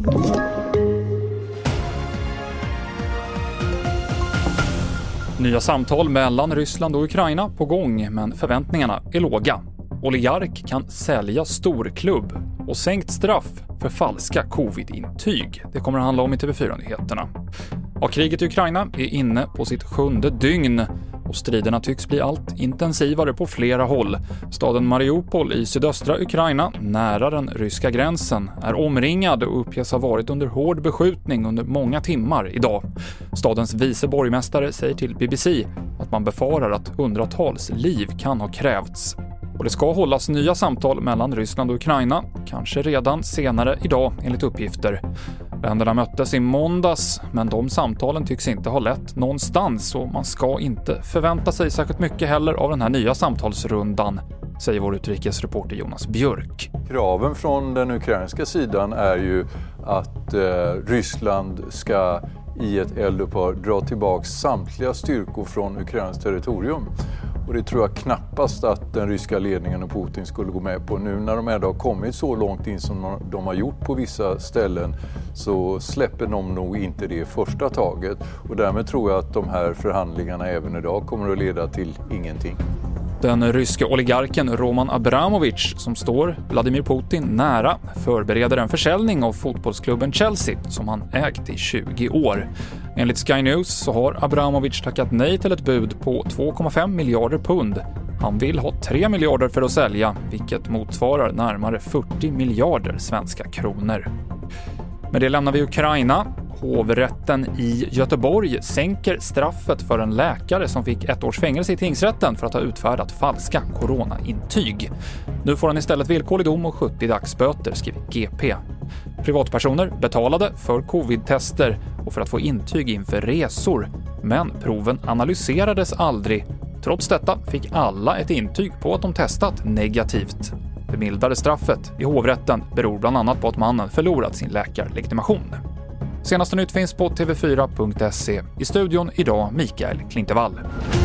Nya samtal mellan Ryssland och Ukraina på gång, men förväntningarna är låga. Oligark kan sälja storklubb och sänkt straff för falska covid-intyg. Det kommer att handla om i TV4-nyheterna. Kriget i Ukraina är inne på sitt 7:e dygn och striderna tycks bli allt intensivare på flera håll. Staden Mariupol i sydöstra Ukraina, nära den ryska gränsen, är omringad och uppges ha varit under hård beskjutning under många timmar idag. Stadens vice borgmästare säger till BBC att man befarar att hundratals liv kan ha krävts. Och det ska hållas nya samtal mellan Ryssland och Ukraina, kanske redan senare idag enligt uppgifter. Länderna möttes i måndags, men de samtalen tycks inte ha lett någonstans och man ska inte förvänta sig särskilt mycket heller av den här nya samtalsrundan, säger vår utrikesreporter Jonas Björk. Kraven från den ukrainska sidan är ju att Ryssland ska i ett eldupphör dra tillbaka samtliga styrkor från Ukrains territorium. Och det tror jag knappast att den ryska ledningen och Putin skulle gå med på. Nu när de ändå har kommit så långt in som de har gjort på vissa ställen så släpper de nog inte det första taget. Och därmed tror jag att de här förhandlingarna även idag kommer att leda till ingenting. Den ryske oligarken Roman Abramovich, som står Vladimir Putin nära, förbereder en försäljning av fotbollsklubben Chelsea som han ägt i 20 år. Enligt Sky News så har Abramovich tackat nej till ett bud på 2,5 miljarder pund. Han vill ha 3 miljarder för att sälja, vilket motsvarar närmare 40 miljarder svenska kronor. Med det lämnar vi Ukraina. Hovrätten i Göteborg sänker straffet för en läkare som fick 1 års fängelse i tingsrätten för att ha utfärdat falska coronaintyg. Nu får han istället villkorlig dom och 70 dagsböter, skriver GP. Privatpersoner betalade för covid-tester och för att få intyg inför resor, men proven analyserades aldrig. Trots detta fick alla ett intyg på att de testat negativt. Det mildare straffet i hovrätten beror bland annat på att mannen förlorat sin läkarlegitimation. Senaste nytt finns på tv4.se. I studion idag Mikael Klintevall.